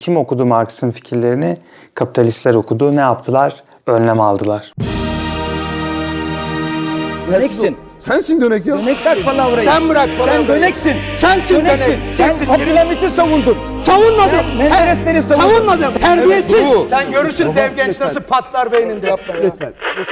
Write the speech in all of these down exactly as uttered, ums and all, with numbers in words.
kim okudu Marx'ın fikirlerini? Kapitalistler okudu. Ne yaptılar? Önlem aldılar. Döneksin. Sensin dönek ya. Dönek bırak palavrayı. Sen bırak palavrayı. Sen döneksin. Sensin Döneksin. dönek. Sen Abdülhamit'i savundun. Savunmadım. Sen Menderesleri savundun. Savunmadım. Terbiyesiz. Evet, Sen görürsün dev genç nasıl patlar beyninde. Yapma ya. Lütfen.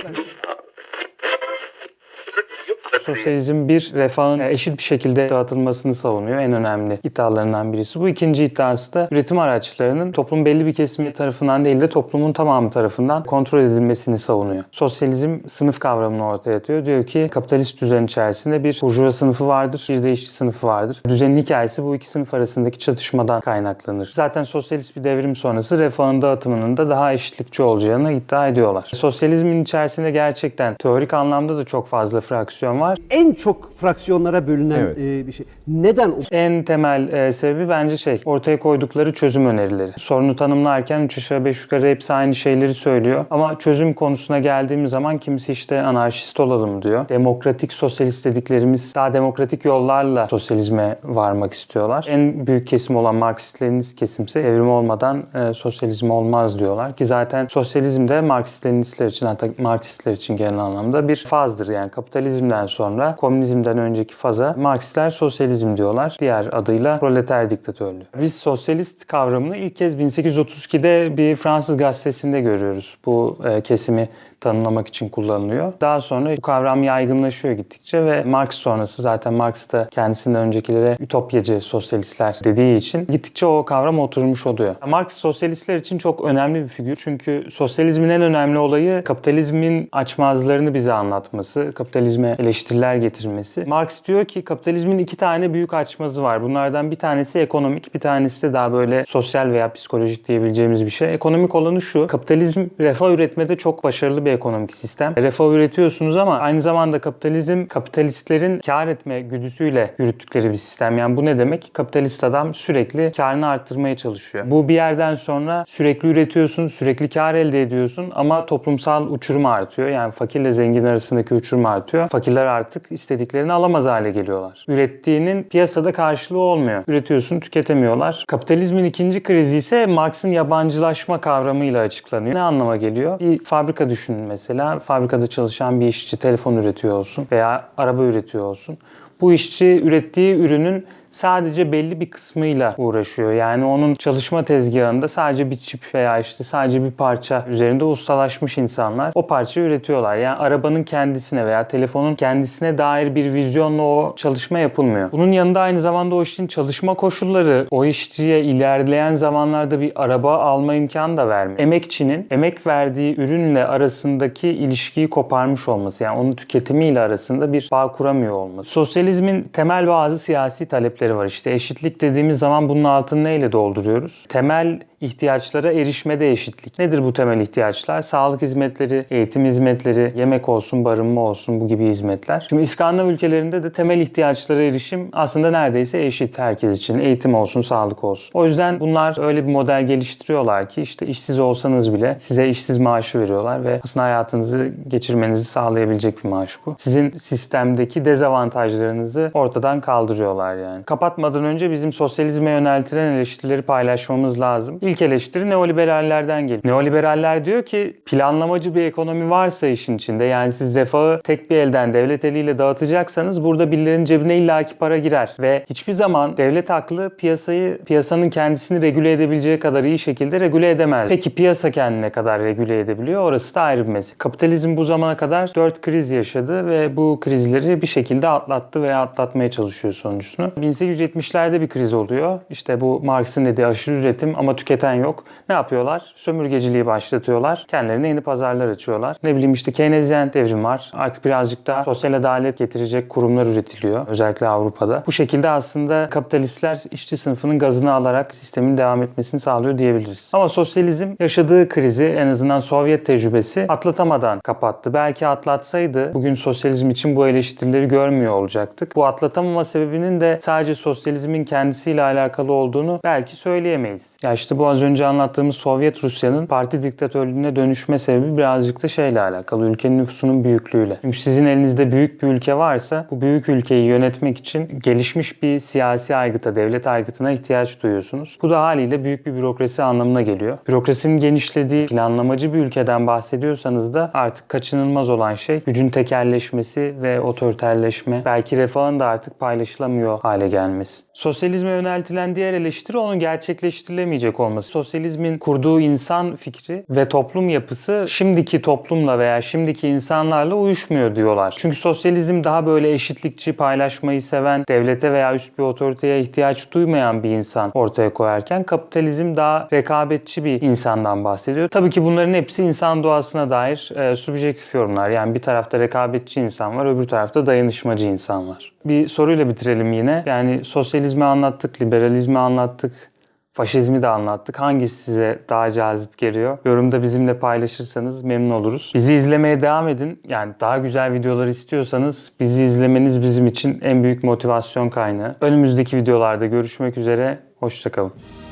Sosyalizm bir, refahın eşit bir şekilde dağıtılmasını savunuyor. En önemli iddialarından birisi. Bu ikinci iddiası da üretim araçlarının toplum belli bir kesimi tarafından değil de toplumun tamamı tarafından kontrol edilmesini savunuyor. Sosyalizm sınıf kavramını ortaya atıyor. Diyor ki kapitalist düzen içerisinde bir burjuva sınıfı vardır, bir de işçi sınıfı vardır. Düzenin hikayesi bu iki sınıf arasındaki çatışmadan kaynaklanır. Zaten sosyalist bir devrim sonrası refahın dağıtımının da daha eşitlikçi olacağını iddia ediyorlar. Sosyalizmin içerisinde gerçekten teorik anlamda da çok fazla fraksiyon var. En çok fraksiyonlara bölünen Evet. e, bir şey. Neden? En temel e, sebebi bence şey, ortaya koydukları çözüm önerileri. Sorunu tanımlarken üç aşağı beş yukarı hepsi aynı şeyleri söylüyor. Ama çözüm konusuna geldiğimiz zaman kimisi işte anarşist olalım diyor. Demokratik sosyalist dediklerimiz daha demokratik yollarla sosyalizme varmak istiyorlar. En büyük kesim olan Marksist-Leninist kesimse devrim olmadan e, sosyalizm olmaz diyorlar. Ki zaten sosyalizm de Marksist-Leninistler için, hatta Marksistler için genel anlamda bir fazdır. Yani kapitalizmden sonra komünizmden önceki faza Marksistler sosyalizm diyorlar. Diğer adıyla proleter diktatörlüğü. Biz sosyalist kavramını ilk kez bin sekiz yüz otuz ikide bir Fransız gazetesinde görüyoruz. Bu e, kesimi tanımlamak için kullanılıyor. Daha sonra bu kavram yaygınlaşıyor gittikçe ve Marx sonrası, zaten Marx da kendisinden öncekilere ütopyacı sosyalistler dediği için gittikçe o kavram oturmuş oluyor. Marx sosyalistler için çok önemli bir figür. Çünkü sosyalizmin en önemli olayı kapitalizmin açmazlarını bize anlatması, kapitalizme eleştiriler getirmesi. Marx diyor ki kapitalizmin iki tane büyük açmazı var. Bunlardan bir tanesi ekonomik, bir tanesi de daha böyle sosyal veya psikolojik diyebileceğimiz bir şey. Ekonomik olanı şu: kapitalizm refah üretmede çok başarılı bir ekonomik sistem. Refah üretiyorsunuz ama aynı zamanda kapitalizm kapitalistlerin kar etme güdüsüyle yürüttükleri bir sistem. Yani bu ne demek? Kapitalist adam sürekli karını arttırmaya çalışıyor. Bu bir yerden sonra sürekli üretiyorsun, sürekli kar elde ediyorsun ama toplumsal uçurum artıyor. Yani fakirle zengin arasındaki uçurum artıyor. Fakirler artık istediklerini alamaz hale geliyorlar. Ürettiğinin piyasada karşılığı olmuyor. Üretiyorsun, tüketemiyorlar. Kapitalizmin ikinci krizi ise Marx'ın yabancılaşma kavramıyla açıklanıyor. Ne anlama geliyor? Bir fabrika düşünün mesela. Fabrikada çalışan bir işçi telefon üretiyor olsun veya araba üretiyor olsun. Bu işçi ürettiği ürünün sadece belli bir kısmıyla uğraşıyor. Yani onun çalışma tezgahında sadece bir çip veya işte sadece bir parça üzerinde ustalaşmış insanlar o parçayı üretiyorlar. Yani arabanın kendisine veya telefonun kendisine dair bir vizyonla o çalışma yapılmıyor. Bunun yanında aynı zamanda o işin çalışma koşulları o işçiye ilerleyen zamanlarda bir araba alma imkanı da vermiyor. Emekçinin emek verdiği ürünle arasındaki ilişkiyi koparmış olması, yani onun tüketimiyle arasında bir bağ kuramıyor olması. Sosyalizmin temel bazı siyasi talepleri var. İşte eşitlik dediğimiz zaman bunun altını neyle dolduruyoruz? Temel ihtiyaçlara erişmede eşitlik. Nedir bu temel ihtiyaçlar? Sağlık hizmetleri, eğitim hizmetleri, yemek olsun, barınma olsun, bu gibi hizmetler. Şimdi İskandinav ülkelerinde de temel ihtiyaçlara erişim aslında neredeyse eşit herkes için. Eğitim olsun, sağlık olsun. O yüzden bunlar öyle bir model geliştiriyorlar ki işte işsiz olsanız bile size işsiz maaşı veriyorlar ve aslında hayatınızı geçirmenizi sağlayabilecek bir maaş bu. Sizin sistemdeki dezavantajlarınızı ortadan kaldırıyorlar yani. Kapatmadan önce bizim sosyalizme yöneltilen eleştirileri paylaşmamız lazım. İlk eleştiri neoliberallerden geliyor. Neoliberaller diyor ki planlamacı bir ekonomi varsa işin içinde, yani siz refahı tek bir elden devlet eliyle dağıtacaksanız burada birilerinin cebine illaki para girer ve hiçbir zaman devlet aklı piyasayı, piyasanın kendisini regüle edebileceği kadar iyi şekilde regüle edemez. Peki piyasa kendine kadar regüle edebiliyor? Orası da ayrı bir mesele. Kapitalizm bu zamana kadar dört kriz yaşadı ve bu krizleri bir şekilde atlattı veya atlatmaya çalışıyor sonucunu. bin sekiz yüz yetmişlerde bir kriz oluyor. İşte bu Marx'ın dediği aşırı üretim ama tüketen yok. Ne yapıyorlar? Sömürgeciliği başlatıyorlar. Kendilerine yeni pazarlar açıyorlar. Ne bileyim işte Keynesyen devrim var. Artık birazcık daha sosyal adalet getirecek kurumlar üretiliyor. Özellikle Avrupa'da. Bu şekilde aslında kapitalistler işçi sınıfının gazını alarak sistemin devam etmesini sağlıyor diyebiliriz. Ama sosyalizm yaşadığı krizi, en azından Sovyet tecrübesi, atlatamadan kapattı. Belki atlatsaydı bugün sosyalizm için bu eleştirileri görmüyor olacaktık. Bu atlatamama sebebinin de sadece sosyalizmin kendisiyle alakalı olduğunu belki söyleyemeyiz. Ya işte bu bu az önce anlattığımız Sovyet Rusya'nın parti diktatörlüğüne dönüşme sebebi birazcık da şeyle alakalı. Ülkenin nüfusunun büyüklüğüyle. Çünkü sizin elinizde büyük bir ülke varsa bu büyük ülkeyi yönetmek için gelişmiş bir siyasi aygıta, devlet aygıtına ihtiyaç duyuyorsunuz. Bu da haliyle büyük bir bürokrasi anlamına geliyor. Bürokrasinin genişlediği, planlamacı bir ülkeden bahsediyorsanız da artık kaçınılmaz olan şey gücün tekelleşmesi ve otoriterleşme. Belki refahın da artık paylaşılamıyor hale gelmesi. Sosyalizme yöneltilen diğer eleştiri onun gerçekleştirilemeyecek olması. Sosyalizmin kurduğu insan fikri ve toplum yapısı şimdiki toplumla veya şimdiki insanlarla uyuşmuyor diyorlar. Çünkü sosyalizm daha böyle eşitlikçi, paylaşmayı seven, devlete veya üst bir otoriteye ihtiyaç duymayan bir insan ortaya koyarken kapitalizm daha rekabetçi bir insandan bahsediyor. Tabii ki bunların hepsi insan doğasına dair e, subjektif yorumlar. Yani bir tarafta rekabetçi insan var, öbür tarafta dayanışmacı insan var. Bir soruyla bitirelim yine. Yani sosyalizmi anlattık, liberalizmi anlattık, faşizmi de anlattık. Hangisi size daha cazip geliyor? Yorumda bizimle paylaşırsanız memnun oluruz. Bizi izlemeye devam edin. Yani daha güzel videolar istiyorsanız bizi izlemeniz bizim için en büyük motivasyon kaynağı. Önümüzdeki videolarda görüşmek üzere. Hoşça kalın.